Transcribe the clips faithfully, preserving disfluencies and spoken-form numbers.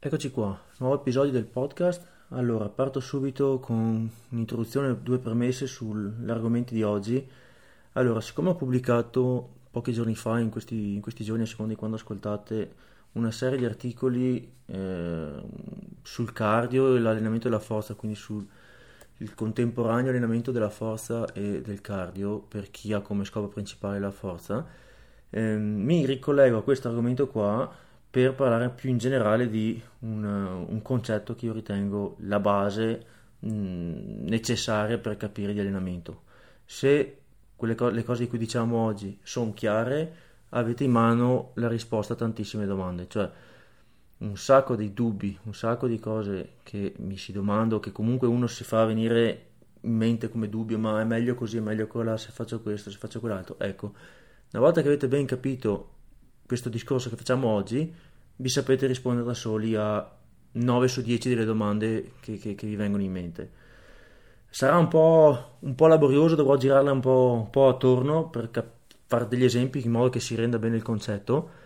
Eccoci qua, nuovo episodio del podcast. Allora, parto subito con un'introduzione, due premesse sull'argomento di oggi. Allora, siccome ho pubblicato pochi giorni fa, in questi, in questi giorni, a seconda di quando ascoltate, una serie di articoli eh, sul cardio e l'allenamento della forza, quindi sul il contemporaneo allenamento della forza e del cardio per chi ha come scopo principale la forza, eh, mi ricollego a questo argomento qua per parlare più in generale di un, un concetto che io ritengo la base mh, necessaria per capire di allenamento. Se quelle co- le cose di cui diciamo oggi sono chiare, avete in mano la risposta a tantissime domande, cioè un sacco di dubbi, un sacco di cose che mi si domando, che comunque uno si fa venire in mente come dubbio, ma è meglio così, è meglio quella, se faccio questo, se faccio quell'altro. Ecco, una volta che avete ben capito questo discorso che facciamo oggi, vi sapete rispondere da soli a nove su dieci delle domande che, che- che vi vengono in mente. Sarà un po', un po' laborioso, dovrò girarla un po', un po' attorno per cap- fare degli esempi in modo che si renda bene il concetto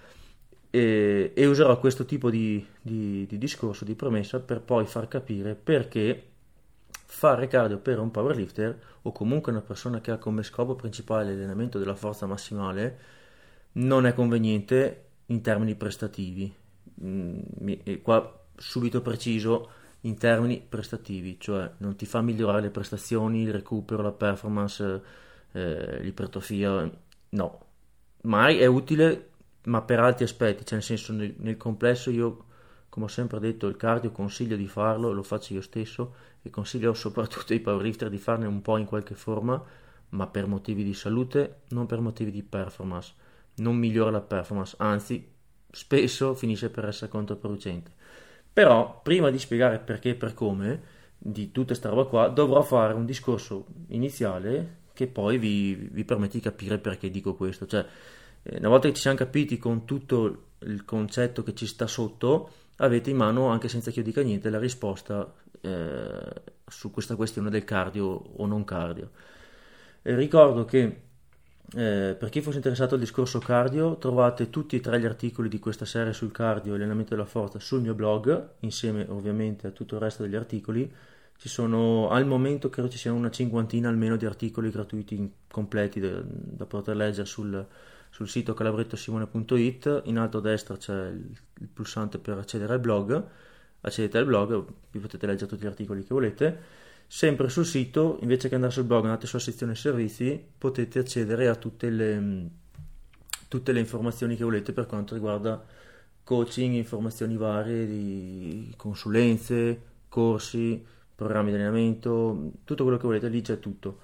e, e userò questo tipo di, di- di discorso, di premessa, per poi far capire perché fare cardio per un powerlifter o comunque una persona che ha come scopo principale l'allenamento della forza massimale non è conveniente in termini prestativi. Mm, mi- e qua subito preciso in termini prestativi, cioè non ti fa migliorare le prestazioni, il recupero, la performance, eh, l'ipertrofia, no, mai è utile, ma per altri aspetti, cioè nel senso nel, nel complesso io, come ho sempre detto, il cardio consiglio di farlo, lo faccio io stesso e consiglio soprattutto ai powerlifter di farne un po' in qualche forma, ma per motivi di salute, non per motivi di performance. Non migliora la performance, anzi spesso finisce per essere controproducente. Però prima di spiegare perché e per come di tutta questa roba qua, dovrò fare un discorso iniziale che poi vi, vi permette di capire perché dico questo. Cioè, eh, una volta che ci siamo capiti con tutto il concetto che ci sta sotto, avete in mano, anche senza che io dica niente, la risposta eh, su questa questione del cardio o non cardio. Eh, ricordo che eh, per chi fosse interessato al discorso cardio, trovate tutti e tre gli articoli di questa serie sul cardio e allenamento della forza sul mio blog, insieme ovviamente a tutto il resto degli articoli. Ci sono al momento, credo ci siano una cinquantina almeno di articoli gratuiti completi da, da poter leggere sul, sul sito calabrettosimone punto it. In alto a destra c'è il, il pulsante per accedere al blog. Accedete al blog, vi potete leggere tutti gli articoli che volete. Sempre sul sito, invece che andare sul blog, andate sulla sezione servizi, potete accedere a tutte le, tutte le informazioni che volete per quanto riguarda coaching, informazioni varie di consulenze, corsi, programmi di allenamento, tutto quello che volete, lì c'è tutto.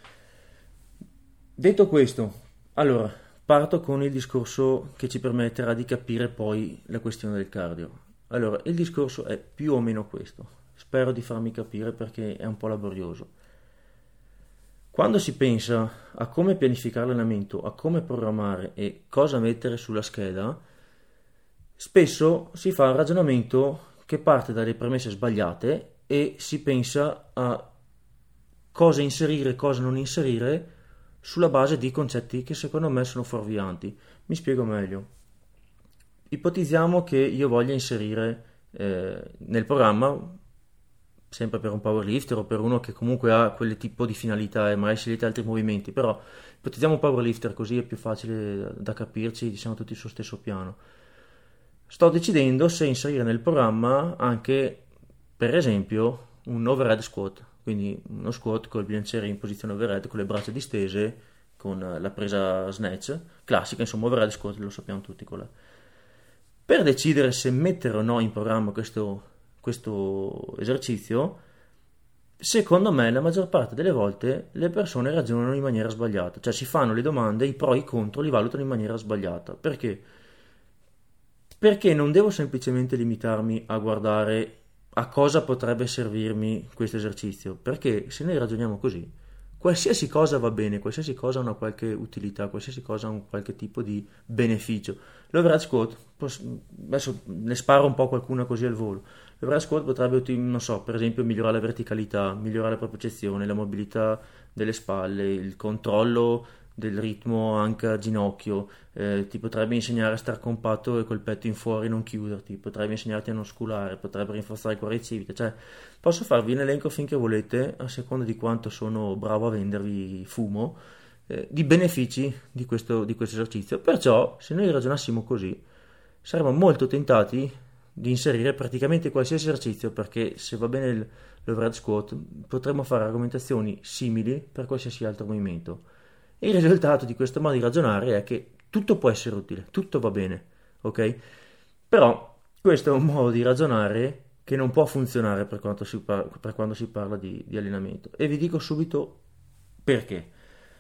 Detto questo, allora parto con il discorso che ci permetterà di capire poi la questione del cardio. Allora, il discorso è più o meno questo. Spero di farmi capire perché è un po' laborioso. Quando si pensa a come pianificare l'allenamento, a come programmare e cosa mettere sulla scheda, spesso si fa un ragionamento che parte dalle premesse sbagliate e si pensa a cosa inserire e cosa non inserire sulla base di concetti che secondo me sono fuorvianti. Mi spiego meglio. Ipotizziamo che io voglia inserire eh, nel programma, sempre per un powerlifter o per uno che comunque ha quel tipo di finalità e magari scegliete altri movimenti, però ipotizziamo un powerlifter così è più facile da capirci, siamo tutti sullo stesso piano. Sto decidendo se inserire nel programma anche, per esempio, un overhead squat, quindi uno squat con il bilanciere in posizione overhead, con le braccia distese, con la presa snatch, classica, insomma, overhead squat, lo sappiamo tutti qual è. Per decidere se mettere o no in programma questo, questo esercizio, secondo me la maggior parte delle volte le persone ragionano in maniera sbagliata, cioè si fanno le domande, i pro e i contro li valutano in maniera sbagliata. Perché? Perché non devo semplicemente limitarmi a guardare a cosa potrebbe servirmi questo esercizio, perché se noi ragioniamo così, qualsiasi cosa va bene, qualsiasi cosa ha una qualche utilità, qualsiasi cosa ha un qualche tipo di beneficio. L'overhead squat, adesso ne sparo un po' qualcuna così al volo, l'overhead squat potrebbe, non so, per esempio migliorare la verticalità, migliorare la propriocezione, la mobilità delle spalle, il controllo del ritmo anche a ginocchio, eh, ti potrebbe insegnare a star compatto e col petto in fuori non chiuderti, potrebbe insegnarti a non sculare, potrebbe rinforzare il cuore civile, cioè posso farvi un elenco finché volete, a seconda di quanto sono bravo a vendervi fumo, eh, di benefici di questo, di questo esercizio. Perciò, se noi ragionassimo così, saremmo molto tentati di inserire praticamente qualsiasi esercizio, perché se va bene il, l'overhead squat potremmo fare argomentazioni simili per qualsiasi altro movimento. E il risultato di questo modo di ragionare è che tutto può essere utile, tutto va bene, ok? Però questo è un modo di ragionare che non può funzionare per quanto si, par- per quando si parla di, di allenamento. E vi dico subito perché.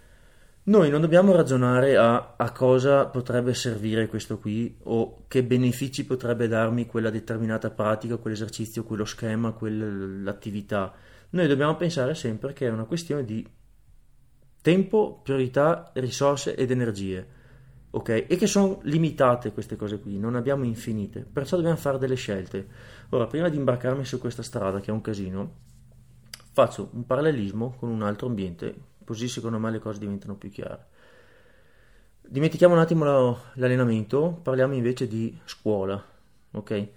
Noi non dobbiamo ragionare a, a cosa potrebbe servire questo qui o che benefici potrebbe darmi quella determinata pratica, quell'esercizio, quello schema, quell'attività. Noi dobbiamo pensare sempre che è una questione di tempo, priorità, risorse ed energie, ok? E che sono limitate queste cose qui, non abbiamo infinite, perciò dobbiamo fare delle scelte. Ora, prima di imbarcarmi su questa strada, che è un casino, faccio un parallelismo con un altro ambiente, così secondo me le cose diventano più chiare. Dimentichiamo un attimo la- l'allenamento, parliamo invece di scuola, ok?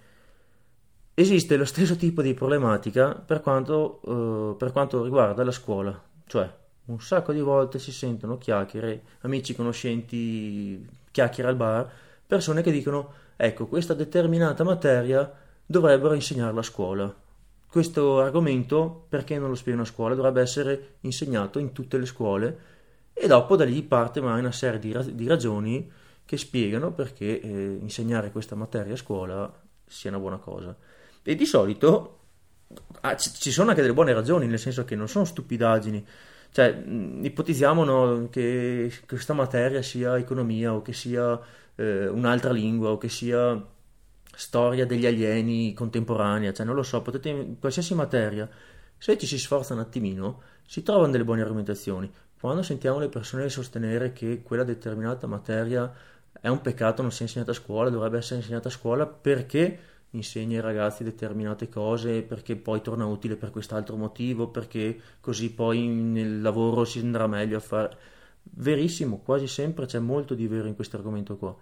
Esiste lo stesso tipo di problematica per quanto, eh, per quanto riguarda la scuola, cioè un sacco di volte si sentono chiacchiere, amici conoscenti, chiacchiere al bar, persone che dicono, ecco, questa determinata materia dovrebbero insegnarla a scuola. Questo argomento, perché non lo spiegano a scuola, dovrebbe essere insegnato in tutte le scuole e dopo da lì parte magari una serie di, ra- di ragioni che spiegano perché eh, insegnare questa materia a scuola sia una buona cosa. E di solito ah, ci ci sono anche delle buone ragioni, nel senso che non sono stupidaggini. Cioè, mh, ipotizziamo no, che questa materia sia economia o che sia eh, un'altra lingua o che sia storia degli alieni contemporanea, cioè non lo so, potete in qualsiasi materia, se ci si sforza un attimino, si trovano delle buone argomentazioni. Quando sentiamo le persone sostenere che quella determinata materia è un peccato, non sia insegnata a scuola, dovrebbe essere insegnata a scuola perché insegna ai ragazzi determinate cose, perché poi torna utile per quest'altro motivo, perché così poi nel lavoro si andrà meglio a fare. Verissimo, quasi sempre c'è molto di vero in questo argomento qua.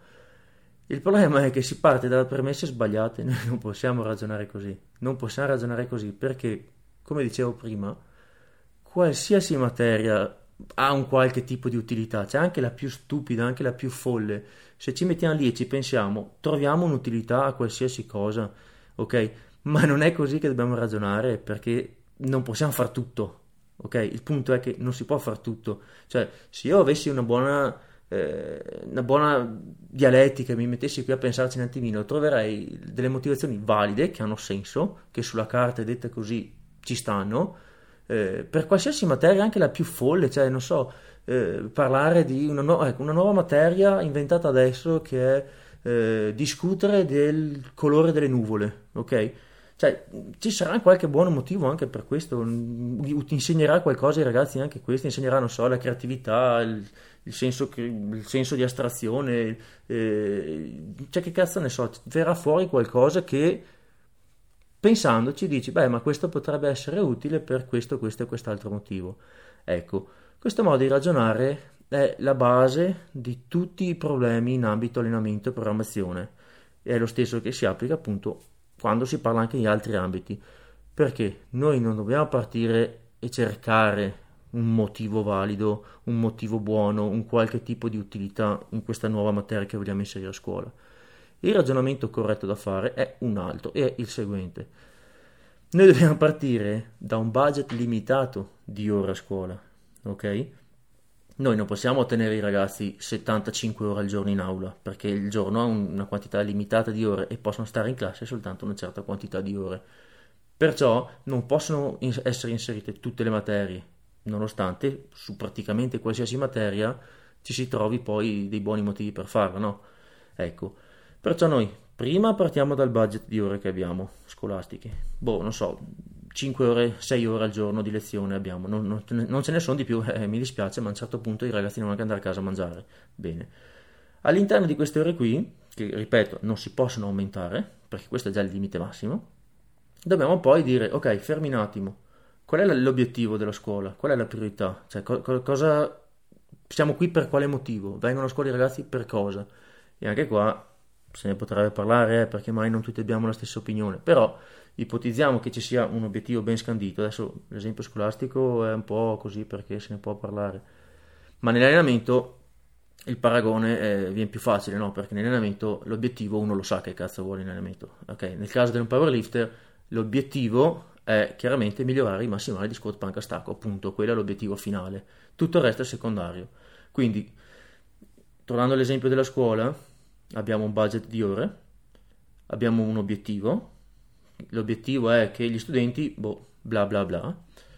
Il problema è che si parte dalle premesse sbagliate, noi non possiamo ragionare così, non possiamo ragionare così perché, come dicevo prima, qualsiasi materia ha un qualche tipo di utilità, c'è anche la più stupida, anche la più folle. Se ci mettiamo lì e ci pensiamo, troviamo un'utilità a qualsiasi cosa, ok? Ma non è così che dobbiamo ragionare perché non possiamo far tutto, ok? Il punto è che non si può far tutto. Cioè, se io avessi una buona, eh, una buona dialettica e mi mettessi qui a pensarci un attimino, troverei delle motivazioni valide che hanno senso, che sulla carta dette così ci stanno, eh, per qualsiasi materia, anche la più folle, cioè non so, eh, parlare di una, nu- ecco, una nuova materia inventata adesso che è eh, discutere del colore delle nuvole, ok? Cioè, ci sarà qualche buon motivo anche per questo, mm, insegnerà qualcosa ai ragazzi anche questo, insegnerà, non so, la creatività, il, il senso, che- il senso di astrazione, eh, cioè che cazzo ne so, verrà fuori qualcosa che pensandoci dici, beh, ma questo potrebbe essere utile per questo, questo e quest'altro motivo. Ecco, questo modo di ragionare è la base di tutti i problemi in ambito allenamento e programmazione. È lo stesso che si applica appunto quando si parla anche di altri ambiti. Perché noi non dobbiamo partire e cercare un motivo valido, un motivo buono, un qualche tipo di utilità in questa nuova materia che vogliamo inserire a scuola. Il ragionamento corretto da fare è un altro, e è il seguente. Noi dobbiamo partire da un budget limitato di ore a scuola, ok? Noi non possiamo tenere i ragazzi settantacinque ore al giorno in aula, perché il giorno ha un- una quantità limitata di ore e possono stare in classe soltanto una certa quantità di ore. Perciò non possono ins- essere inserite tutte le materie, nonostante su praticamente qualsiasi materia ci si trovi poi dei buoni motivi per farlo, no? Ecco, perciò noi prima partiamo dal budget di ore che abbiamo, scolastiche. Boh, non so, cinque ore, sei ore al giorno di lezione abbiamo, non, non- non ce ne sono di più, eh, mi dispiace, ma a un certo punto i ragazzi devono anche andare a casa a mangiare. Bene. All'interno di queste ore qui, che ripeto non si possono aumentare, perché questo è già il limite massimo, dobbiamo poi dire, ok, fermi un attimo, qual è l'obiettivo della scuola? Qual è la priorità? Cioè, co- co- cosa Siamo qui per quale motivo? Vengono a scuola i ragazzi per cosa? E anche qua se ne potrebbe parlare, eh, perché mai non tutti abbiamo la stessa opinione, però ipotizziamo che ci sia un obiettivo ben scandito. Adesso l'esempio scolastico è un po' così perché se ne può parlare, ma nell'allenamento il paragone eh, viene più facile, no? Perché nell'allenamento l'obiettivo uno lo sa che cazzo vuole in allenamento, ok? Nel caso di un powerlifter l'obiettivo è chiaramente migliorare i massimali di squat, panca, stacco, appunto, quello è l'obiettivo finale, tutto il resto è secondario. Quindi, tornando all'esempio della scuola, abbiamo un budget di ore, abbiamo un obiettivo, l'obiettivo è che gli studenti, boh, bla bla bla,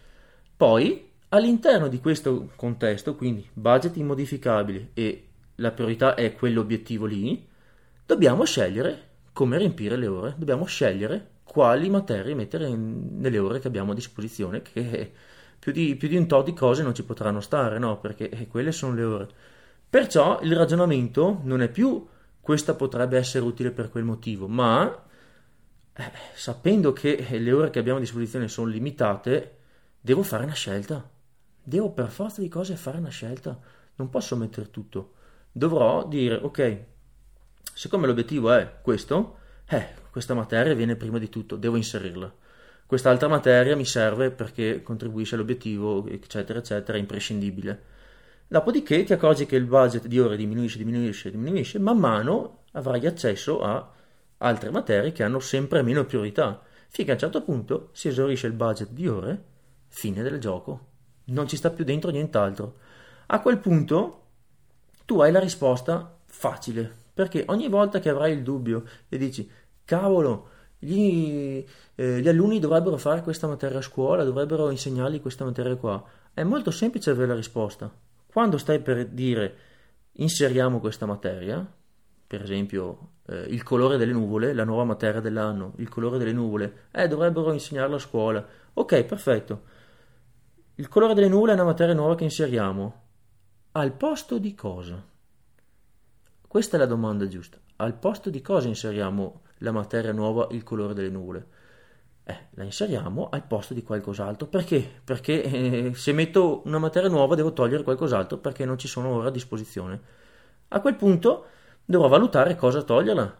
poi all'interno di questo contesto, quindi budget immodificabile e la priorità è quell'obiettivo lì, dobbiamo scegliere come riempire le ore, dobbiamo scegliere quali materie mettere in- nelle ore che abbiamo a disposizione, che più di, più di un tot di cose non ci potranno stare, no? Perché eh, quelle sono le ore. Perciò il ragionamento non è più questa potrebbe essere utile per quel motivo, ma eh, sapendo che le ore che abbiamo a disposizione sono limitate, devo fare una scelta. Devo per forza di cose fare una scelta. Non posso mettere tutto. Dovrò dire, ok, siccome l'obiettivo è questo, eh, questa materia viene prima di tutto, devo inserirla. Quest'altra materia mi serve perché contribuisce all'obiettivo, eccetera, eccetera, è imprescindibile. Dopodiché ti accorgi che il budget di ore diminuisce, diminuisce, diminuisce, man mano avrai accesso a altre materie che hanno sempre meno priorità, finché a un certo punto si esaurisce il budget di ore, fine del gioco, non ci sta più dentro nient'altro. A quel punto tu hai la risposta facile, perché ogni volta che avrai il dubbio e dici, cavolo, gli, eh, gli alunni dovrebbero fare questa materia a scuola, dovrebbero insegnargli questa materia qua, è molto semplice avere la risposta. Quando stai per dire inseriamo questa materia, per esempio eh, il colore delle nuvole, la nuova materia dell'anno, il colore delle nuvole, eh, dovrebbero insegnarlo a scuola. Ok, perfetto. Il colore delle nuvole è una materia nuova che inseriamo. Al posto di cosa? Questa è la domanda giusta. Al posto di cosa inseriamo la materia nuova, il colore delle nuvole? Eh, la inseriamo al posto di qualcos'altro. Perché? Perché eh, se metto una materia nuova devo togliere qualcos'altro perché non ci sono ora a disposizione. A quel punto dovrò valutare cosa toglierla.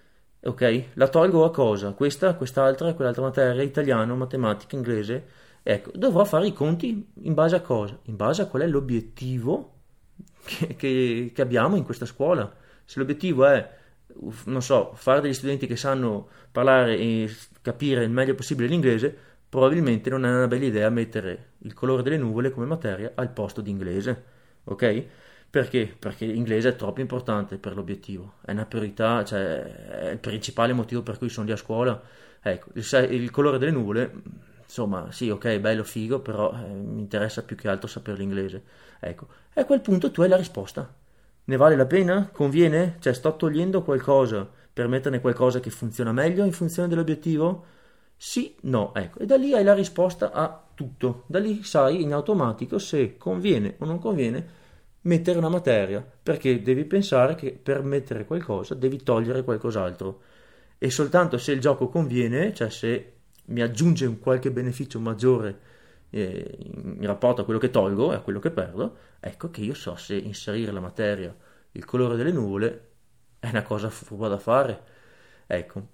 Ok? La tolgo a cosa? Questa, quest'altra, quell'altra materia, italiano, matematica, inglese. Ecco, dovrò fare i conti in base a cosa? In base a qual è l'obiettivo che, che- che abbiamo in questa scuola. Se l'obiettivo è, uff, non so, fare degli studenti che sanno parlare e s- capire il meglio possibile l'inglese, probabilmente non è una bella idea mettere il colore delle nuvole come materia al posto di inglese. Ok? Perché? Perché l'inglese è troppo importante per l'obiettivo, è una priorità, cioè è il principale motivo per cui sono lì a scuola. Ecco, il, se- il colore delle nuvole, insomma, sì, ok, bello, figo, però eh, mi interessa più che altro sapere l'inglese. Ecco, e a quel punto tu hai la risposta. Ne vale la pena? Conviene? Cioè, sto togliendo qualcosa per metterne qualcosa che funziona meglio in funzione dell'obiettivo? Sì, no, ecco, e da lì hai la risposta a tutto. Da lì sai in automatico se conviene o non conviene mettere una materia, perché devi pensare che per mettere qualcosa devi togliere qualcos'altro. E soltanto se il gioco conviene, cioè se mi aggiunge un qualche beneficio maggiore eh, in rapporto a quello che tolgo e a quello che perdo, ecco che io so se inserire la materia, il colore delle nuvole, è una cosa furba da fare. Ecco,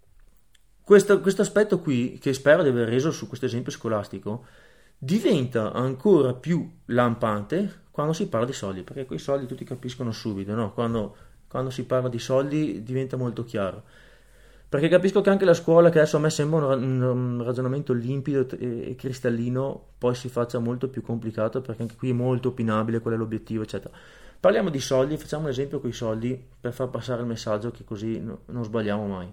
questo, questo aspetto qui, che spero di aver reso su questo esempio scolastico, diventa ancora più lampante quando si parla di soldi, perché quei soldi tutti capiscono subito, no? Quando, quando si parla di soldi diventa molto chiaro. Perché capisco che anche la scuola, che adesso a me sembra un, ra- un ragionamento limpido e, e cristallino, poi si faccia molto più complicato, perché anche qui è molto opinabile qual è l'obiettivo, eccetera. Parliamo di soldi, facciamo un esempio con i soldi per far passare il messaggio che così no- non sbagliamo mai.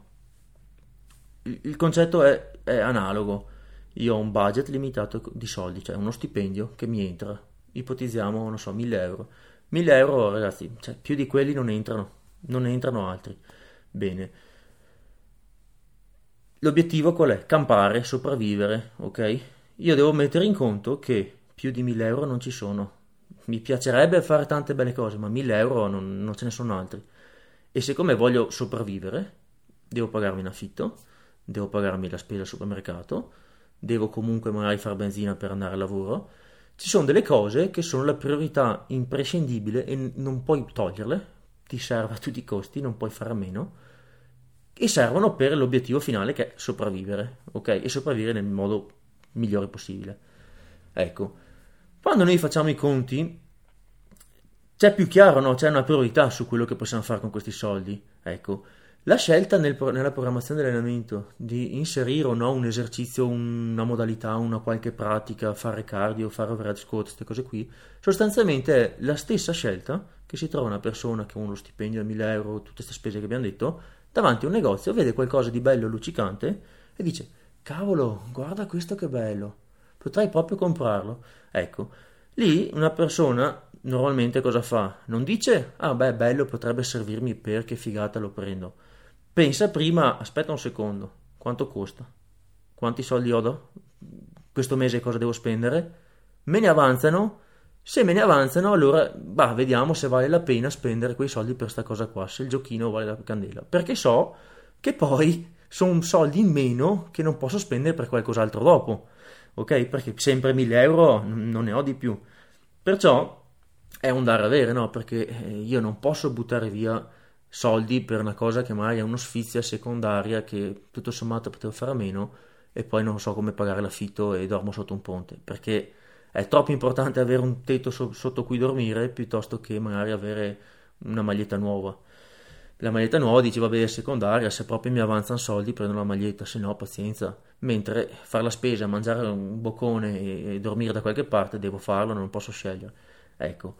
Il, il concetto è, è analogo. Io ho un budget limitato di soldi, cioè uno stipendio che mi entra. Ipotizziamo, non so, mille euro. mille euro, ragazzi, cioè, più di quelli non entrano, non ne entrano altri. Bene. L'obiettivo qual è? Campare, sopravvivere, ok? Io devo mettere in conto che più di mille euro non ci sono. Mi piacerebbe fare tante belle cose, ma mille euro non, non ce ne sono altri. E siccome voglio sopravvivere, devo pagarmi in affitto, devo pagarmi la spesa al supermercato, devo comunque magari fare benzina per andare al lavoro. Ci sono delle cose che sono la priorità imprescindibile e non puoi toglierle, ti serve a tutti i costi, non puoi fare a meno, e servono per l'obiettivo finale che è sopravvivere, ok? E sopravvivere nel modo migliore possibile. Ecco, quando noi facciamo i conti, c'è più chiaro, no? C'è una priorità su quello che possiamo fare con questi soldi. Ecco, la scelta nel, nella programmazione dell'allenamento di inserire o no un esercizio, una modalità, una qualche pratica, fare cardio, fare overhead squat, queste cose qui, sostanzialmente è la stessa scelta che si trova una persona che ha uno stipendio da mille euro, tutte queste spese che abbiamo detto, davanti a un negozio, vede qualcosa di bello, luccicante e dice: cavolo, guarda questo che bello, potrei proprio comprarlo. Ecco, lì una persona normalmente cosa fa? Non dice: ah beh, bello, potrebbe servirmi, per che figata, lo prendo. Pensa prima: aspetta un secondo, quanto costa? Quanti soldi ho da? Questo mese cosa devo spendere? Me ne avanzano? Se me ne avanzano, allora bah, vediamo se vale la pena spendere quei soldi per sta cosa qua, se il giochino vale la candela, perché so che poi sono soldi in meno che non posso spendere per qualcos'altro dopo, ok? Perché sempre mille euro non ne ho di più, perciò è un dare avere, no? Perché io non posso buttare via soldi per una cosa che magari è uno sfizio secondaria che tutto sommato potevo fare a meno e poi non so come pagare l'affitto e dormo sotto un ponte, perché è troppo importante avere un tetto so- sotto cui dormire piuttosto che magari avere una maglietta nuova. La maglietta nuova dice vabbè è secondaria, se proprio mi avanzano soldi prendo la maglietta, se no pazienza. Mentre fare la spesa, mangiare un boccone e, e dormire da qualche parte devo farlo, non posso scegliere. Ecco,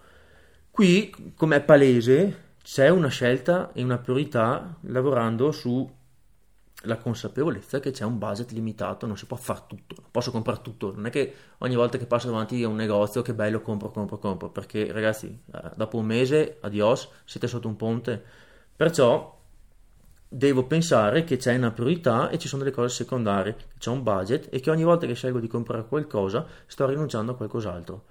qui com'è palese c'è una scelta e una priorità lavorando su la consapevolezza che c'è un budget limitato, non si può fare tutto, non posso comprare tutto, non è che ogni volta che passo davanti a un negozio che bello compro, compro, compro, perché ragazzi, eh, dopo un mese, adios, siete sotto un ponte, perciò devo pensare che c'è una priorità e ci sono delle cose secondarie, che c'è un budget e che ogni volta che scelgo di comprare qualcosa sto rinunciando a qualcos'altro.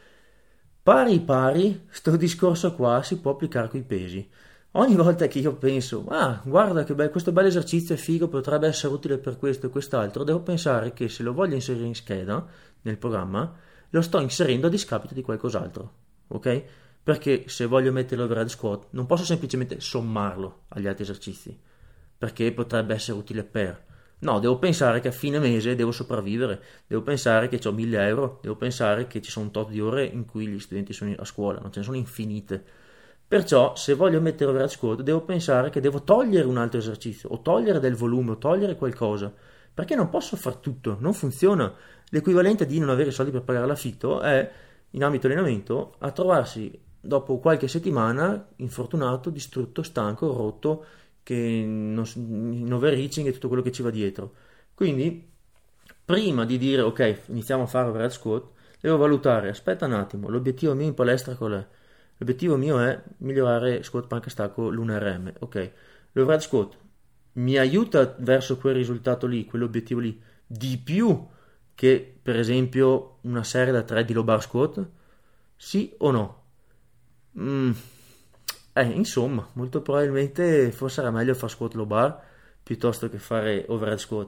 Pari pari, sto discorso qua si può applicare coi pesi. Ogni volta che io penso, ah, guarda che bello, questo bel esercizio è figo, potrebbe essere utile per questo e quest'altro, devo pensare che se lo voglio inserire in scheda, nel programma, lo sto inserendo a discapito di qualcos'altro, ok? Perché se voglio mettere l'overhead squat, non posso semplicemente sommarlo agli altri esercizi, perché potrebbe essere utile per... No, devo pensare che a fine mese devo sopravvivere, devo pensare che ho mille euro, devo pensare che ci sono un tot di ore in cui gli studenti sono a scuola, non ce ne sono infinite. Perciò, se voglio mettere overhead squat, devo pensare che devo togliere un altro esercizio, o togliere del volume, o togliere qualcosa, perché non posso far tutto, non funziona. L'equivalente di non avere soldi per pagare l'affitto è, in ambito allenamento, a trovarsi dopo qualche settimana infortunato, distrutto, stanco, rotto, che non, in overreaching e tutto quello che ci va dietro. Quindi, prima di dire ok, iniziamo a fare overhead squat, devo valutare, aspetta un attimo, l'obiettivo mio in palestra qual è? L'obiettivo mio è migliorare squat panca stacco l'uno R M, ok. L'overhead squat mi aiuta verso quel risultato lì, quell'obiettivo lì, di più che per esempio una serie da tre di low bar squat? Sì o no? Mm. Eh, insomma, molto probabilmente forse era meglio fare squat low bar piuttosto che fare overhead squat,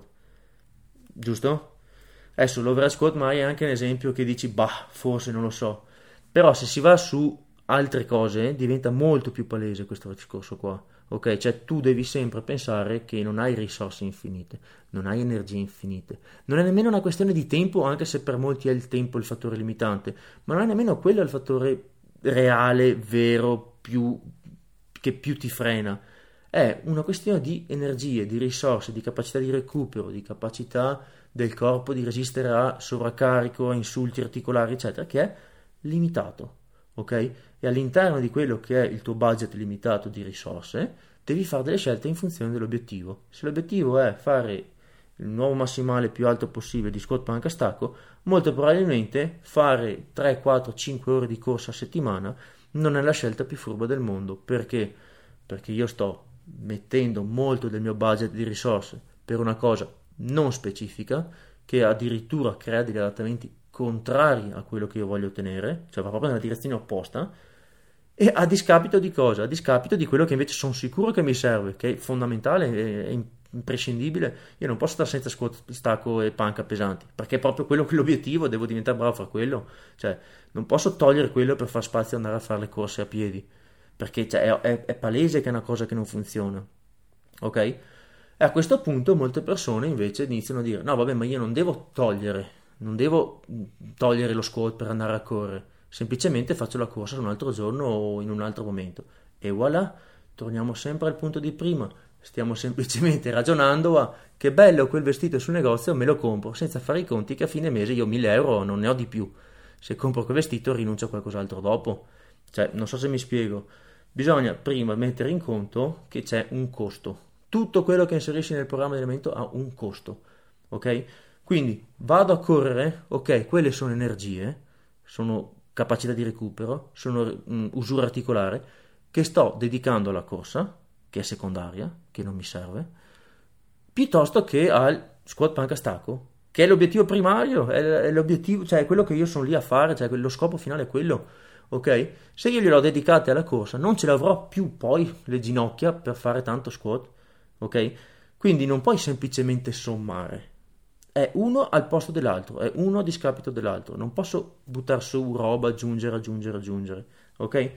giusto? Adesso l'overhead squat magari è anche un esempio che dici, bah, forse non lo so, però se si va su altre cose diventa molto più palese questo discorso qua, ok? Cioè tu devi sempre pensare che non hai risorse infinite, non hai energie infinite, non è nemmeno una questione di tempo, anche se per molti è il tempo il fattore limitante, ma non è nemmeno quello il fattore reale, vero, più, che più ti frena. È una questione di energie, di risorse, di capacità di recupero, di capacità del corpo di resistere a sovraccarico, a insulti articolari, eccetera, che è limitato, ok? E all'interno di quello che è il tuo budget limitato di risorse, devi fare delle scelte in funzione dell'obiettivo. Se l'obiettivo è fare il nuovo massimale più alto possibile di squat panca stacco, molto probabilmente fare tre, quattro, cinque ore di corsa a settimana non è la scelta più furba del mondo. Perché? Perché io sto mettendo molto del mio budget di risorse per una cosa non specifica, che addirittura crea degli adattamenti contrari a quello che io voglio ottenere, cioè va proprio nella direzione opposta, e a discapito di cosa? A discapito di quello che invece sono sicuro che mi serve, che è fondamentale, è imprescindibile, io non posso stare senza squat, stacco e panca pesanti, perché è proprio quello che è l'obiettivo, devo diventare bravo a fare quello, cioè non posso togliere quello per far spazio e andare a fare le corse a piedi, perché cioè, è, è, è palese che è una cosa che non funziona, ok? E a questo punto molte persone invece iniziano a dire, no vabbè, ma io non devo togliere, non devo togliere lo squat per andare a correre, semplicemente faccio la corsa un altro giorno o in un altro momento, e voilà, torniamo sempre al punto di prima. Stiamo semplicemente ragionando a che bello quel vestito sul negozio, me lo compro, senza fare i conti che a fine mese io mille euro non ne ho di più. Se compro quel vestito rinuncio a qualcos'altro dopo. Cioè, non so se mi spiego. Bisogna prima mettere in conto che c'è un costo. Tutto quello che inserisci nel programma di allenamento ha un costo. Ok? Quindi vado a correre, ok, quelle sono energie, sono capacità di recupero, sono um, usura articolare che sto dedicando alla corsa, che è secondaria, che non mi serve, piuttosto che al squat panca stacco, che è l'obiettivo primario, è l'obiettivo, cioè è quello che io sono lì a fare, cioè lo scopo finale è quello, ok? Se io gliel'ho dedicate alla corsa, non ce l'avrò più poi le ginocchia per fare tanto squat, ok? Quindi non puoi semplicemente sommare, è uno al posto dell'altro, è uno a discapito dell'altro, non posso buttare su roba, aggiungere, aggiungere, aggiungere, ok?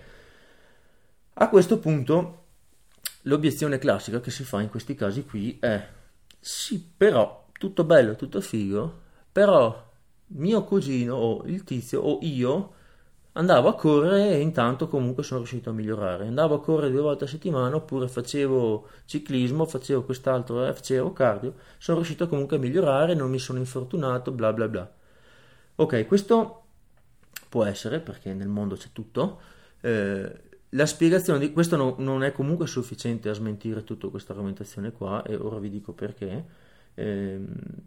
A questo punto l'obiezione classica che si fa in questi casi qui è sì, però tutto bello, tutto figo, però mio cugino o il tizio o io andavo a correre e intanto comunque sono riuscito a migliorare, andavo a correre due volte a settimana oppure facevo ciclismo, facevo quest'altro, eh, facevo cardio, sono riuscito comunque a migliorare, non mi sono infortunato, bla bla bla. Ok, questo può essere perché nel mondo c'è tutto. eh, La spiegazione di questo no, non è comunque sufficiente a smentire tutta questa argomentazione qua, e ora vi dico perché. Ehm,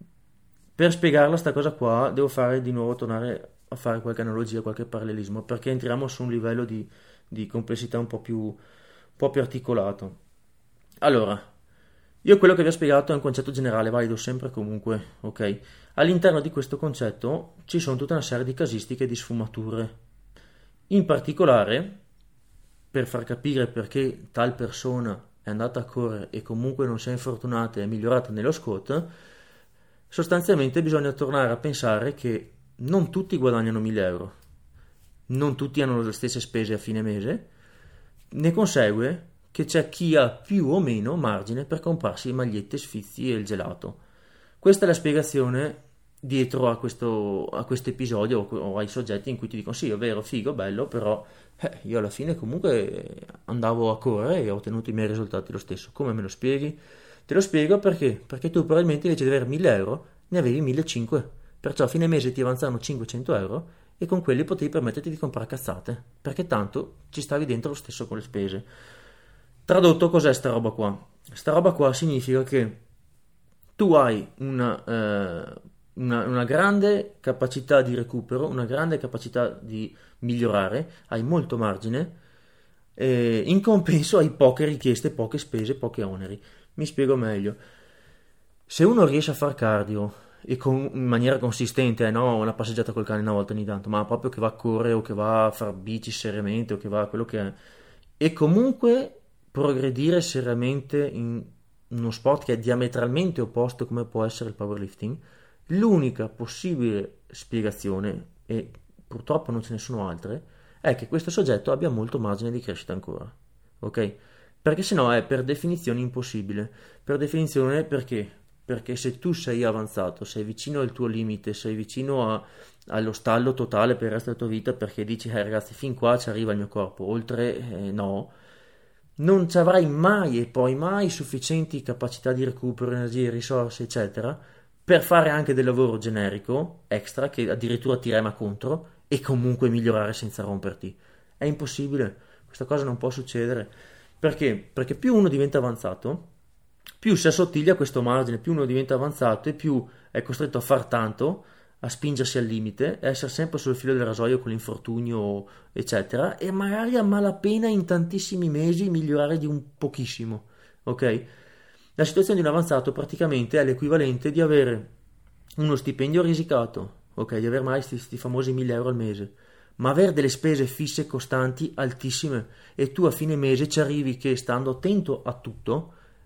per spiegarla sta cosa qua devo fare di nuovo tornare a fare qualche analogia, qualche parallelismo, perché entriamo su un livello di, di complessità un po' più, un po' più articolato. Allora, io quello che vi ho spiegato è un concetto generale, valido sempre e comunque, ok? All'interno di questo concetto ci sono tutta una serie di casistiche e di sfumature. In particolare, per far capire perché tal persona è andata a correre e comunque non si è infortunata e è migliorata nello squat, sostanzialmente bisogna tornare a pensare che non tutti guadagnano mille euro, non tutti hanno le stesse spese a fine mese, ne consegue che c'è chi ha più o meno margine per comprarsi magliette, sfizi e il gelato. Questa è la spiegazione dietro a questo, a questo episodio o, o ai soggetti in cui ti dicono sì, è vero, figo, bello, però eh, io alla fine comunque andavo a correre e ho ottenuto i miei risultati lo stesso. Come me lo spieghi? Te lo spiego perché? Perché tu probabilmente invece di avere mille euro ne avevi millecinquecento, perciò a fine mese ti avanzavano cinquecento euro e con quelli potevi permetterti di comprare cazzate, perché tanto ci stavi dentro lo stesso con le spese. Tradotto, cos'è sta roba qua? Sta roba qua significa che tu hai una, eh, una, una grande capacità di recupero, una grande capacità di migliorare, hai molto margine, eh, in compenso hai poche richieste, poche spese, pochi oneri. Mi spiego meglio. Se uno riesce a far cardio e con, in maniera consistente, eh, no una passeggiata col cane una volta ogni tanto, ma proprio che va a correre o che va a far bici seriamente o che va a quello che è, e comunque progredire seriamente in uno sport che è diametralmente opposto come può essere il powerlifting, l'unica possibile spiegazione, e purtroppo non ce ne sono altre, è che questo soggetto abbia molto margine di crescita ancora, ok? Perché sennò è per definizione impossibile. Per definizione perché? Perché se tu sei avanzato, sei vicino al tuo limite, sei vicino a, allo stallo totale per il resto della tua vita, perché dici eh, ragazzi fin qua ci arriva il mio corpo, oltre eh, no, non ci avrai mai e poi mai sufficienti capacità di recupero, energie, risorse eccetera per fare anche del lavoro generico extra che addirittura ti rema contro e comunque migliorare senza romperti. È impossibile, questa cosa non può succedere. Perché? Perché più uno diventa avanzato, più si assottiglia questo margine, più uno diventa avanzato e più è costretto a far tanto, a spingersi al limite, a essere sempre sul filo del rasoio con l'infortunio, eccetera, e magari a malapena in tantissimi mesi migliorare di un pochissimo, ok? La situazione di un avanzato praticamente è l'equivalente di avere uno stipendio risicato, ok? Di avere mai questi famosi mille euro al mese, ma avere delle spese fisse costanti altissime e tu a fine mese ci arrivi che stando attento a tutto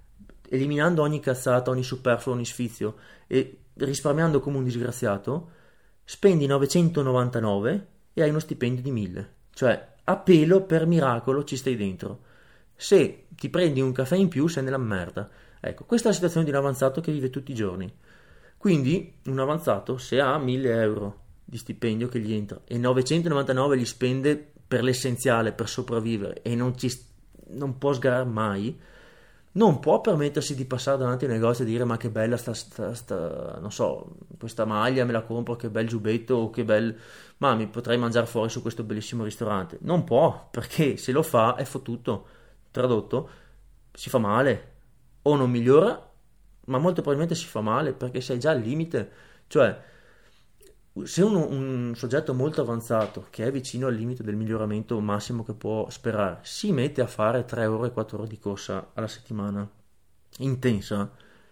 eliminando ogni cazzata, ogni superfluo, ogni sfizio e risparmiando come un disgraziato, spendi novecentonovantanove e hai uno stipendio di mille. Cioè, a pelo, per miracolo, ci stai dentro. Se ti prendi un caffè in più, sei nella merda. Ecco, questa è la situazione di un avanzato che vive tutti i giorni. Quindi, un avanzato, se ha mille euro di stipendio che gli entra e novecentonovantanove li spende per l'essenziale, per sopravvivere, e non, ci, non può sgarare mai, non può permettersi di passare davanti a un negozio e dire ma che bella sta, sta, sta, non so, questa maglia me la compro, che bel giubbetto, o che bel, ma mi potrei mangiare fuori su questo bellissimo ristorante. Non può, perché se lo fa è fottuto. Tradotto, si fa male, o non migliora, ma molto probabilmente si fa male, perché sei già al limite. Cioè, se uno, un soggetto molto avanzato, che è vicino al limite del miglioramento massimo che può sperare, si mette a fare tre ore e quattro ore di corsa alla settimana, intensa,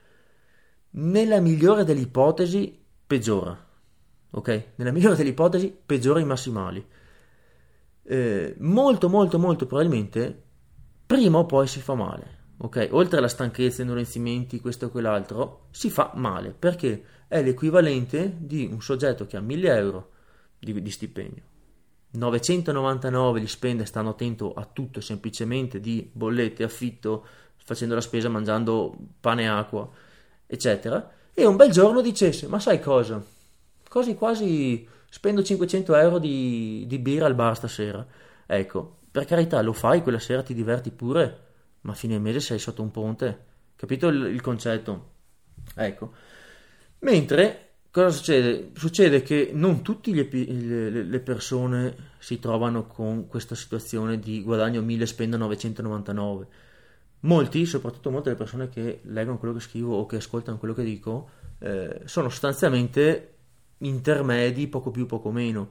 nella migliore delle ipotesi peggiora, ok? Nella migliore delle ipotesi peggiora i massimali. Eh, molto molto molto probabilmente prima o poi si fa male, ok? Oltre alla stanchezza, indolenzimenti, questo e quell'altro, si fa male, perché è l'equivalente di un soggetto che ha mille euro di, di stipendio, novecentonovantanove li spende, stando attento a tutto, semplicemente di bollette, affitto, facendo la spesa, mangiando pane e acqua, eccetera, e un bel giorno dicesse, ma sai cosa? Quasi quasi spendo cinquecento euro di, di birra al bar stasera. Ecco, per carità, lo fai quella sera, ti diverti pure, ma a fine mese sei sotto un ponte. Capito il, il concetto? Ecco. Mentre, cosa succede? Succede che non tutte le, le persone si trovano con questa situazione di guadagno mille, spendo novecentonovantanove. Molti, soprattutto molte delle persone che leggono quello che scrivo o che ascoltano quello che dico, eh, sono sostanzialmente intermedi, poco più, poco meno.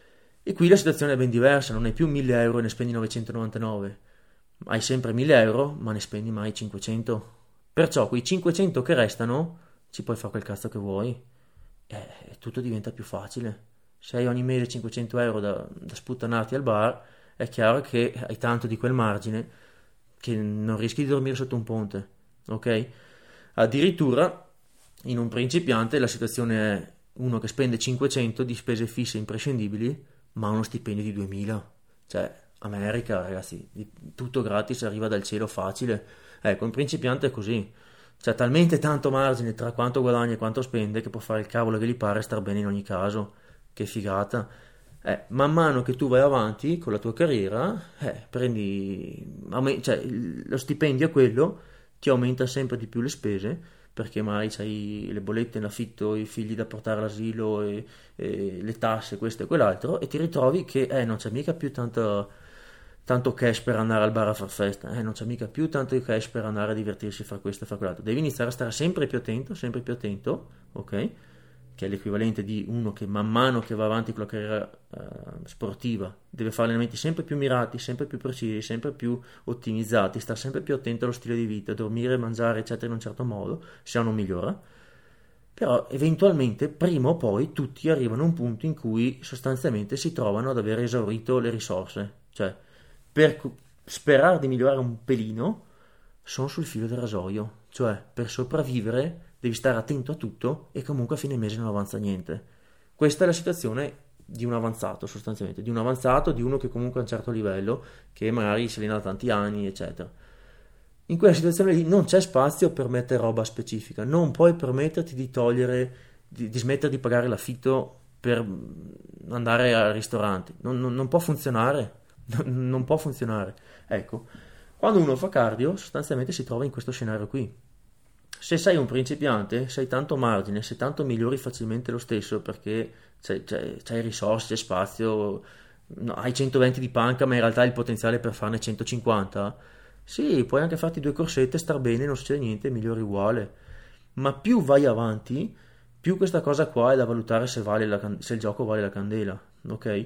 E qui la situazione è ben diversa, non hai più mille euro e ne spendi novecentonovantanove, hai sempre mille euro ma ne spendi mai cinquecento. Perciò quei cinquecento che restano ci puoi fare quel cazzo che vuoi, e tutto diventa più facile. Se hai ogni mese cinquecento euro da, da sputtanarti al bar, è chiaro che hai tanto di quel margine che non rischi di dormire sotto un ponte, ok? Addirittura in un principiante la situazione è uno che spende cinquecento di spese fisse imprescindibili ma ha uno stipendio di duemila. Cioè, America, ragazzi, tutto gratis, arriva dal cielo facile. Ecco, un principiante è così, c'è talmente tanto margine tra quanto guadagna e quanto spende che può fare il cavolo che gli pare e star bene in ogni caso. Che figata. Eh, man mano che tu vai avanti con la tua carriera, eh, prendi, cioè, lo stipendio è quello, ti aumenta sempre di più le spese, perché magari c'hai le bollette, l'affitto, i figli da portare all'asilo, e, e le tasse, questo e quell'altro, e ti ritrovi che eh, non c'è mica più tanto, tanto cash per andare al bar a far festa, eh, non c'è mica più tanto cash per andare a divertirsi, fare questo e fare quell'altro. Devi iniziare a stare sempre più attento, sempre più attento, ok? Che è l'equivalente di uno che man mano che va avanti con la carriera eh, sportiva deve fare allenamenti sempre più mirati, sempre più precisi, sempre più ottimizzati, stare sempre più attento allo stile di vita, dormire, mangiare eccetera in un certo modo, se no non migliora. Però eventualmente prima o poi tutti arrivano a un punto in cui sostanzialmente si trovano ad aver esaurito le risorse, cioè per sperare di migliorare un pelino sono sul filo del rasoio, cioè per sopravvivere devi stare attento a tutto e comunque a fine mese non avanza niente. Questa è la situazione di un avanzato, sostanzialmente, di un avanzato, di uno che comunque ha un certo livello, che magari si allena da tanti anni, eccetera. In quella situazione lì non c'è spazio per mettere roba specifica, non puoi permetterti di togliere, di, di smettere di pagare l'affitto per andare al ristorante, non, non, non può funzionare, non, non può funzionare. Ecco, quando uno fa cardio, sostanzialmente si trova in questo scenario qui. Se sei un principiante, sei tanto margine, se tanto migliori facilmente lo stesso, perché c'hai, c'hai, c'hai risorse, c'è spazio, no, hai centoventi di panca, ma in realtà hai il potenziale per farne centocinquanta. Sì, puoi anche farti due corsette, star bene, non succede niente, migliori uguale. Ma più vai avanti, più questa cosa qua è da valutare se, vale la, se il gioco vale la candela, ok?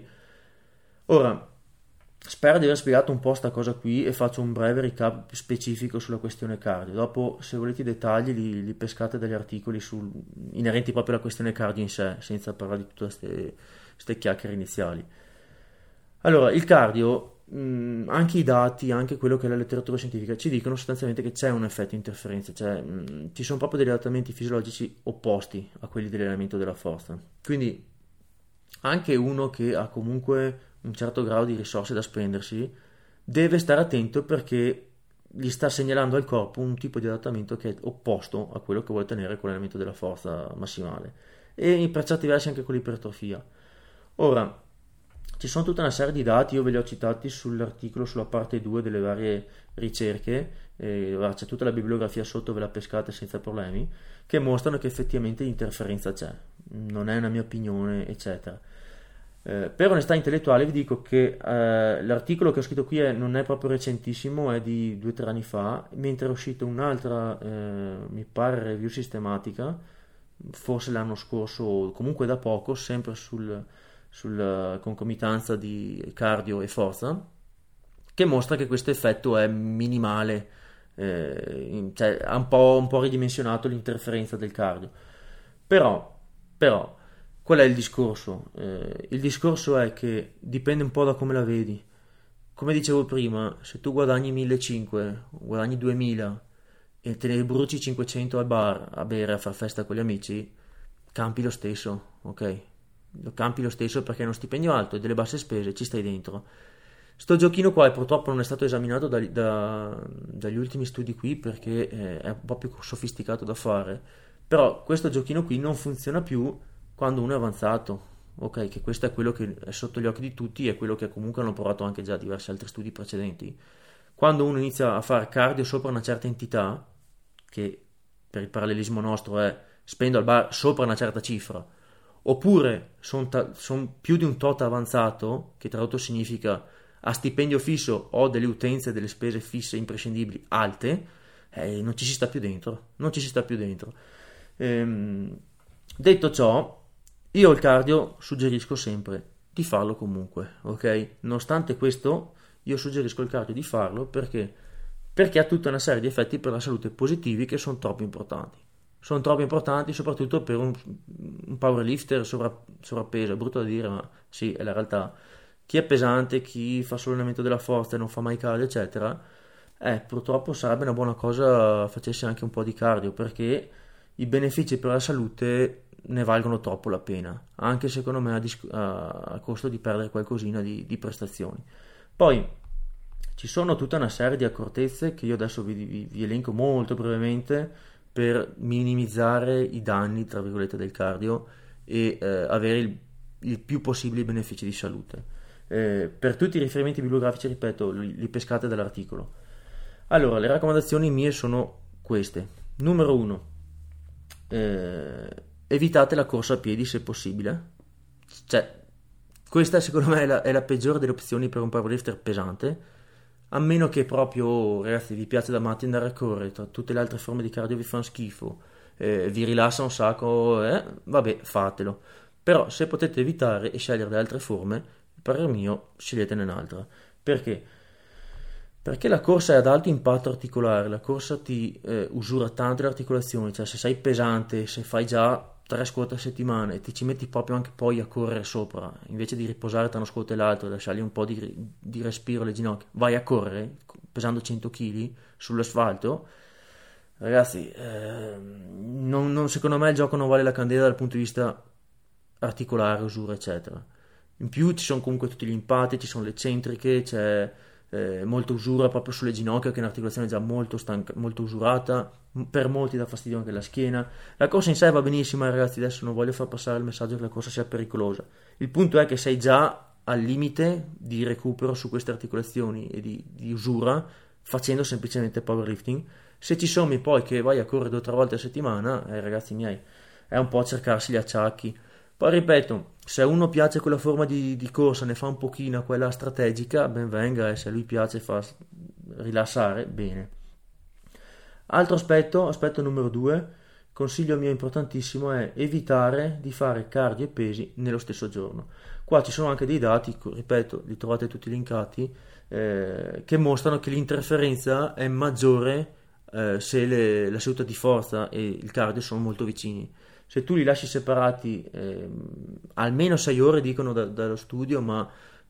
Ora, spero di aver spiegato un po' sta cosa qui e faccio un breve recap più specifico sulla questione cardio. Dopo, se volete i dettagli, li, li pescate dagli articoli sul, inerenti proprio alla questione cardio in sé, senza parlare di tutte queste chiacchiere iniziali. Allora, il cardio mh, anche i dati, anche quello che è la letteratura scientifica, ci dicono sostanzialmente che c'è un effetto interferenza, cioè mh, ci sono proprio degli adattamenti fisiologici opposti a quelli dell'allenamento della forza. Quindi anche uno che ha comunque un certo grado di risorse da spendersi deve stare attento, perché gli sta segnalando al corpo un tipo di adattamento che è opposto a quello che vuole ottenere con l'allenamento della forza massimale, e per certi versi anche con l'ipertrofia. Ora, ci sono tutta una serie di dati, io ve li ho citati sull'articolo, sulla parte due delle varie ricerche, eh, c'è tutta la bibliografia sotto, ve la pescate senza problemi, che mostrano che effettivamente l'interferenza c'è, non è una mia opinione, eccetera. Eh, per onestà intellettuale vi dico che eh, l'articolo che ho scritto qui è, non è proprio recentissimo, è di due o tre anni fa, mentre è uscita un'altra, eh, mi pare, review sistematica, forse l'anno scorso o comunque da poco, sempre sul, sulla concomitanza di cardio e forza, che mostra che questo effetto è minimale, eh, cioè ha un po', un po' ridimensionato l'interferenza del cardio. Però, però qual è il discorso? Eh, il discorso è che dipende un po' da come la vedi. Come dicevo prima, se tu guadagni millecinquecento, guadagni duemila e te ne bruci cinquecento al bar a bere, a far festa con gli amici, campi lo stesso, ok? Lo campi lo stesso, perché è uno stipendio alto e delle basse spese, ci stai dentro. Sto giochino qua purtroppo non è stato esaminato da, da, dagli ultimi studi qui, perché eh, è un po' più sofisticato da fare, però questo giochino qui non funziona più quando uno è avanzato, ok? Che questo è quello che è sotto gli occhi di tutti, è quello che comunque hanno provato anche già diversi altri studi precedenti. Quando uno inizia a fare cardio sopra una certa entità, che per il parallelismo nostro è spendo al bar sopra una certa cifra, oppure sono ta- son più di un tot avanzato, che tradotto significa a stipendio fisso ho delle utenze e delle spese fisse imprescindibili alte, eh, non ci si sta più dentro, non ci si sta più dentro. Ehm, detto ciò, io il cardio suggerisco sempre di farlo comunque, ok? Nonostante questo, io suggerisco il cardio di farlo perché perché ha tutta una serie di effetti per la salute positivi che sono troppo importanti. Sono troppo importanti soprattutto per un, un powerlifter sovra, sovrappeso, è brutto da dire, ma sì, è la realtà. Chi è pesante, chi fa solo allenamento della forza e non fa mai cardio, eccetera, eh, purtroppo sarebbe una buona cosa facesse anche un po' di cardio, perché i benefici per la salute ne valgono troppo la pena, anche secondo me a, dis- a, a costo di perdere qualcosina di, di prestazioni. Poi ci sono tutta una serie di accortezze che io adesso vi, vi, vi elenco molto brevemente per minimizzare i danni, tra virgolette, del cardio e eh, avere il, il più possibile i benefici di salute. Eh, per tutti i riferimenti bibliografici, ripeto, li, li pescate dall'articolo. Allora, le raccomandazioni mie sono queste. Numero uno, eh, evitate la corsa a piedi se possibile. Cioè, questa secondo me è la, è la peggiore delle opzioni per un powerlifter pesante, a meno che proprio, ragazzi, vi piace da matti andare a correre, tra tutte le altre forme di cardio vi fanno schifo, eh, vi rilassa un sacco, eh, vabbè, fatelo. Però se potete evitare e scegliere le altre forme, il parere mio, sceglietene un'altra. Perché? Perché la corsa è ad alto impatto articolare, la corsa ti eh, usura tante le articolazioni, cioè se sei pesante, se fai già tre squat a settimana e ti ci metti proprio anche poi a correre sopra, invece di riposare tra uno squat e l'altro e lasciargli un po' di, di respiro alle ginocchia, vai a correre pesando cento chili sull'asfalto, ragazzi, eh, non, non, secondo me il gioco non vale la candela dal punto di vista articolare, usura, eccetera. In più ci sono comunque tutti gli impatti, ci sono le eccentriche, c'è eh, molta usura proprio sulle ginocchia, che è un'articolazione già molto, stanca, molto usurata, per molti dà fastidio anche la schiena. La corsa in sé va benissimo, ragazzi, adesso non voglio far passare il messaggio che la corsa sia pericolosa. Il punto è che sei già al limite di recupero su queste articolazioni e di, di usura facendo semplicemente powerlifting. Se ci sommi poi che vai a correre due o tre volte a settimana, eh, ragazzi miei, è un po' cercarsi gli acciacchi. Poi ripeto, se a uno piace quella forma di, di corsa, ne fa un pochino quella strategica, ben venga, e se a lui piace fa rilassare, bene. Altro aspetto, aspetto numero due, consiglio mio importantissimo è evitare di fare cardio e pesi nello stesso giorno. Qua ci sono anche dei dati, ripeto, li trovate tutti linkati, eh, che mostrano che l'interferenza è maggiore eh, se le, la seduta di forza e il cardio sono molto vicini. Se tu li lasci separati eh, almeno sei ore, dicono da, dallo studio, ma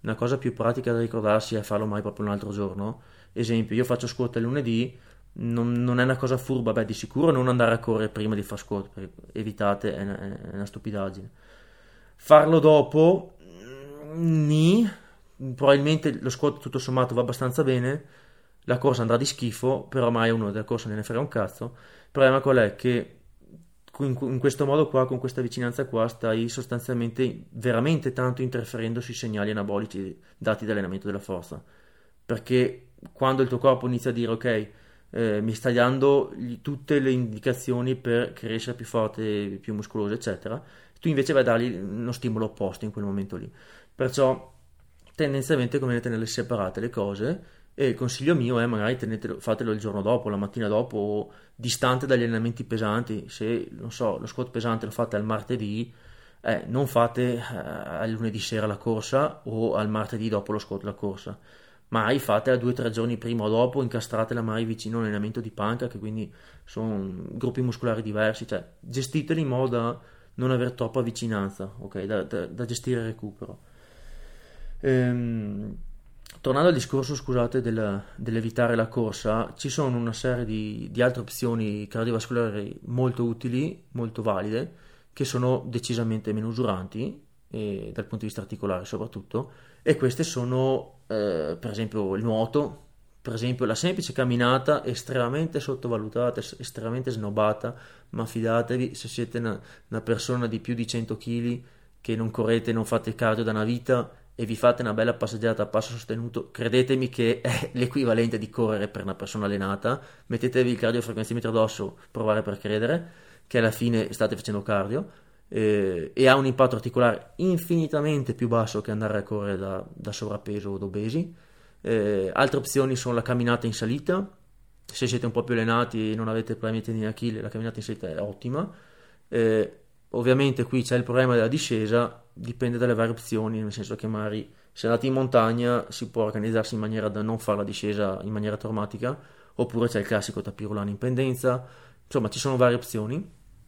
una cosa più pratica da ricordarsi è farlo mai proprio un altro giorno. Esempio, io faccio squat il lunedì, non, non è una cosa furba, beh, di sicuro non andare a correre prima di far squat, perché evitate, è una, è una stupidaggine. Farlo dopo, ni, probabilmente lo squat tutto sommato va abbastanza bene, la corsa andrà di schifo, però mai uno della corsa ne frega un cazzo. Il problema qual è? Che in, in questo modo qua, con questa vicinanza qua, stai sostanzialmente veramente tanto interferendo sui segnali anabolici dati dall'allenamento della forza, perché quando il tuo corpo inizia a dire ok, eh, mi stai dando gli- tutte le indicazioni per crescere più forte, più muscoloso, eccetera, tu invece vai a dargli uno stimolo opposto in quel momento lì. Perciò tendenzialmente conviene tenerle separate le cose, e il consiglio mio è magari tenetelo, fatelo il giorno dopo, la mattina dopo, o distante dagli allenamenti pesanti. Se, non so, lo squat pesante lo fate al martedì, eh, non fate eh, al lunedì sera la corsa o al martedì dopo lo squat la corsa. Mai fatela due o tre giorni prima o dopo, incastratela mai vicino all'allenamento di panca, che quindi sono gruppi muscolari diversi, cioè gestiteli in modo da non avere troppa vicinanza, ok? Da, da- da gestire il recupero. Ehm, Tornando al discorso, scusate, del- dell'evitare la corsa, ci sono una serie di, di altre opzioni cardiovascolari molto utili, molto valide, che sono decisamente meno usuranti, e dal punto di vista articolare soprattutto, e queste sono, eh, per esempio, il nuoto, per esempio la semplice camminata, estremamente sottovalutata, es- estremamente snobata, ma fidatevi, se siete una, una persona di più di cento chili, che non correte, non fate cardio da una vita e vi fate una bella passeggiata a passo sostenuto, credetemi che è l'equivalente di correre per una persona allenata. Mettetevi il cardiofrequenzimetro addosso, provare per credere che alla fine state facendo cardio, eh, e ha un impatto articolare infinitamente più basso che andare a correre da, da sovrappeso o da obesi. Eh, altre opzioni sono la camminata in salita. Se siete un po' più allenati e non avete problemi di tendine d'Achille, la camminata in salita è ottima. Eh, Ovviamente qui c'è il problema della discesa, dipende dalle varie opzioni, nel senso che magari se andate in montagna si può organizzarsi in maniera da non fare la discesa in maniera traumatica, oppure c'è il classico tapirulano in pendenza, insomma ci sono varie opzioni.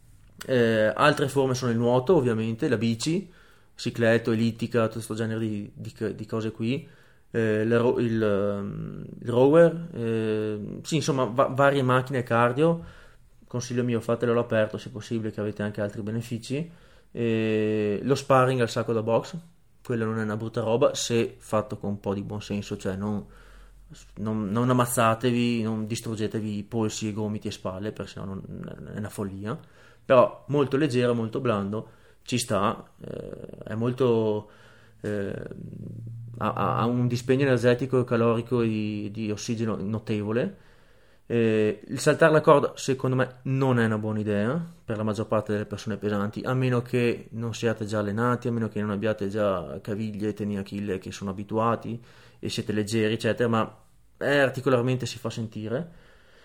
Eh, altre forme sono il nuoto, ovviamente, la bici, cicletto, ellittica, tutto questo genere di, di- di cose qui, eh, la ro- il, ehm, il rower, eh, sì, insomma, va- varie macchine cardio. Consiglio mio, fatelo all'aperto se possibile, che avete anche altri benefici. E lo sparring al sacco da box, quello non è una brutta roba se fatto con un po' di buonsenso, cioè non, non, non ammazzatevi, non distruggetevi i polsi, i gomiti e spalle, perché sennò non, è una follia. Però molto leggero, molto blando, ci sta, eh, è molto... eh, ha, ha un dispendio energetico e calorico di, di ossigeno notevole. Eh, il saltare la corda secondo me non è una buona idea per la maggior parte delle persone pesanti, a meno che non siate già allenati, a meno che non abbiate già caviglie e tendini Achille che sono abituati e siete leggeri, eccetera, ma eh, articolarmente si fa sentire.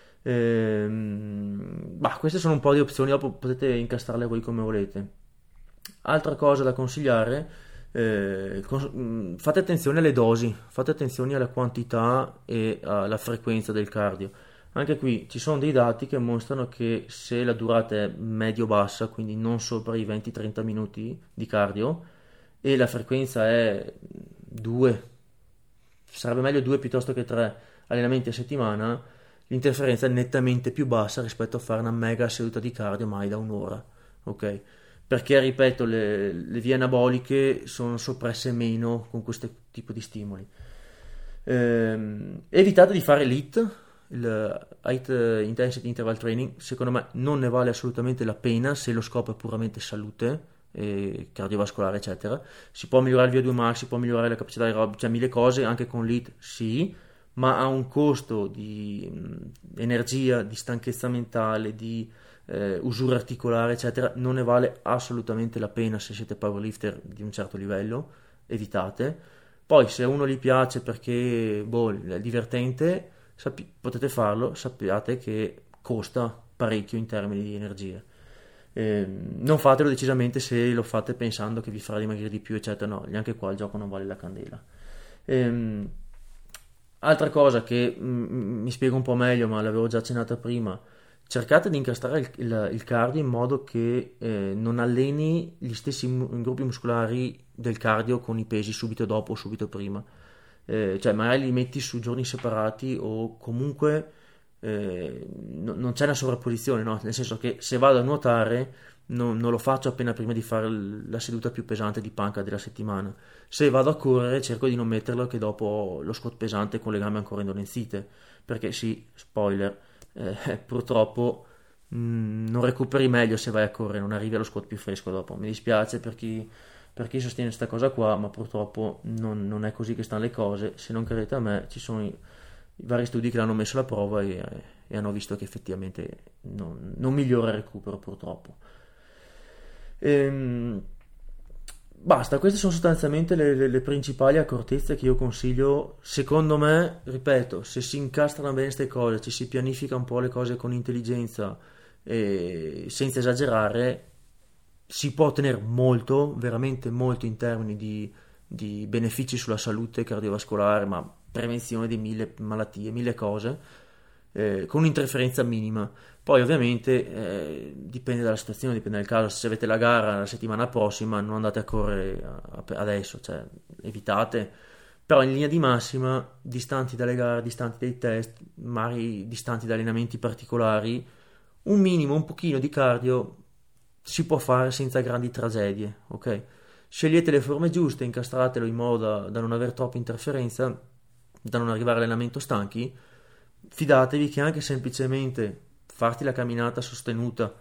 Ehm, bah, queste sono un po' di opzioni, dopo potete incastrarle voi come volete. Altra cosa da consigliare, eh, cons- mh, fate attenzione alle dosi, fate attenzione alla quantità e alla frequenza del cardio. Anche qui ci sono dei dati che mostrano che se la durata è medio-bassa, quindi non sopra i venti trenta minuti di cardio, e la frequenza è due, sarebbe meglio due piuttosto che tre allenamenti a settimana, l'interferenza è nettamente più bassa rispetto a fare una mega seduta di cardio mai da un'ora, ok? Perché, ripeto, le, le vie anaboliche sono soppresse meno con questo tipo di stimoli. Ehm, evitate di fare l'H I T, il Height Intensity Interval Training, secondo me non ne vale assolutamente la pena se lo scopo è puramente salute, eh, cardiovascolare, eccetera. Si può migliorare il V due max, si può migliorare la capacità aerobia, cioè mille cose, anche con l'H I T, sì, ma ha un costo di mh, energia, di stanchezza mentale, di eh, usura articolare, eccetera, non ne vale assolutamente la pena se siete powerlifter di un certo livello, evitate. Poi se a uno gli piace perché boh, è divertente, sappi- potete farlo, sappiate che costa parecchio in termini di energia. Eh, non fatelo decisamente se lo fate pensando che vi farà dimagrire di più, eccetera. No, neanche qua il gioco non vale la candela. Ehm, Altra cosa che mm, mi spiego un po' meglio, ma l'avevo già accennata prima, cercate di incastrare il, il- il cardio in modo che eh, non alleni gli stessi mu- gruppi muscolari del cardio con i pesi subito dopo o subito prima. Eh, cioè magari li metti su giorni separati o comunque eh, no- non c'è una sovrapposizione, no? Nel senso che se vado a nuotare non, non lo faccio appena prima di fare l- la seduta più pesante di panca della settimana. Se vado a correre cerco di non metterlo che dopo ho lo squat pesante con le gambe ancora indolenzite, perché sì, spoiler, eh, purtroppo mh, non recuperi meglio se vai a correre, non arrivi allo squat più fresco dopo. Mi dispiace per chi, per chi sostiene questa cosa qua, ma purtroppo non, non è così che stanno le cose. Se non credete a me, ci sono i, i vari studi che l'hanno messo alla prova e, e hanno visto che effettivamente non, non migliora il recupero purtroppo. Ehm, Basta, queste sono sostanzialmente le, le- le principali accortezze che io consiglio. Secondo me, ripeto, se si incastrano bene queste cose, ci si pianifica un po' le cose con intelligenza e senza esagerare, si può ottenere molto, veramente molto in termini di, di benefici sulla salute cardiovascolare, ma prevenzione di mille malattie, mille cose, eh, con un'interferenza minima. Poi ovviamente eh, dipende dalla situazione, dipende dal caso. Se avete la gara la settimana prossima, non andate a correre a- a- adesso, cioè evitate. Però in linea di massima, distanti dalle gare, distanti dai test, magari distanti da allenamenti particolari, un minimo, un pochino di cardio si può fare senza grandi tragedie, ok? Scegliete le forme giuste, incastratelo in modo da, da non avere troppa interferenza, da non arrivare all'allenamento stanchi. Fidatevi che anche semplicemente farti la camminata sostenuta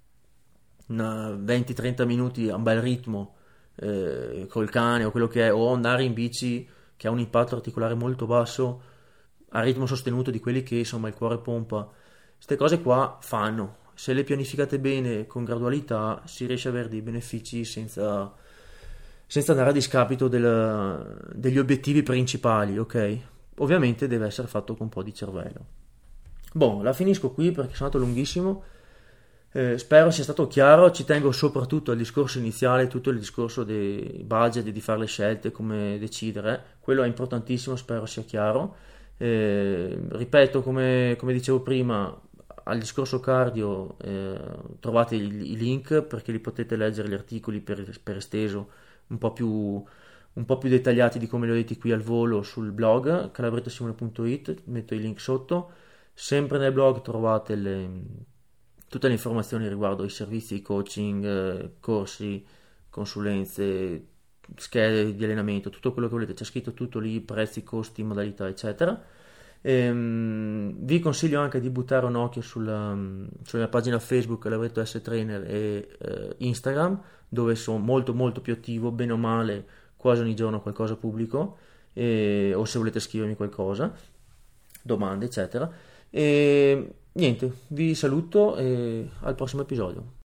una venti trenta minuti a un bel ritmo eh, col cane o quello che è, o andare in bici che ha un impatto articolare molto basso a ritmo sostenuto di quelli che insomma il cuore pompa, queste cose qua fanno. Se le pianificate bene con gradualità si riesce ad avere dei benefici senza, senza andare a discapito del- degli obiettivi principali, ok? Ovviamente deve essere fatto con un po' di cervello. Boh, la finisco qui perché sono stato lunghissimo. Eh, spero sia stato chiaro. Ci tengo soprattutto al discorso iniziale, tutto il discorso dei budget, di fare le scelte, come decidere. Quello è importantissimo, spero sia chiaro. Eh, ripeto, come, come dicevo prima, al discorso cardio eh, trovate i, i link perché li potete leggere gli articoli per, per esteso un po' più, un po' più dettagliati di come li ho detti qui al volo sul blog calabrettosimone punto it, metto i link sotto. Sempre nel blog trovate le, tutte le informazioni riguardo i servizi, coaching, eh, corsi, consulenze, schede di allenamento, tutto quello che volete, c'è scritto tutto lì, prezzi, costi, modalità, eccetera. Ehm, vi consiglio anche di buttare un occhio sulla, sulla mia pagina Facebook, Labretto S Trainer, e eh, Instagram, dove sono molto molto più attivo, bene o male, quasi ogni giorno qualcosa pubblico, e- o se volete scrivermi qualcosa, domande, eccetera. E niente, vi saluto e al prossimo episodio.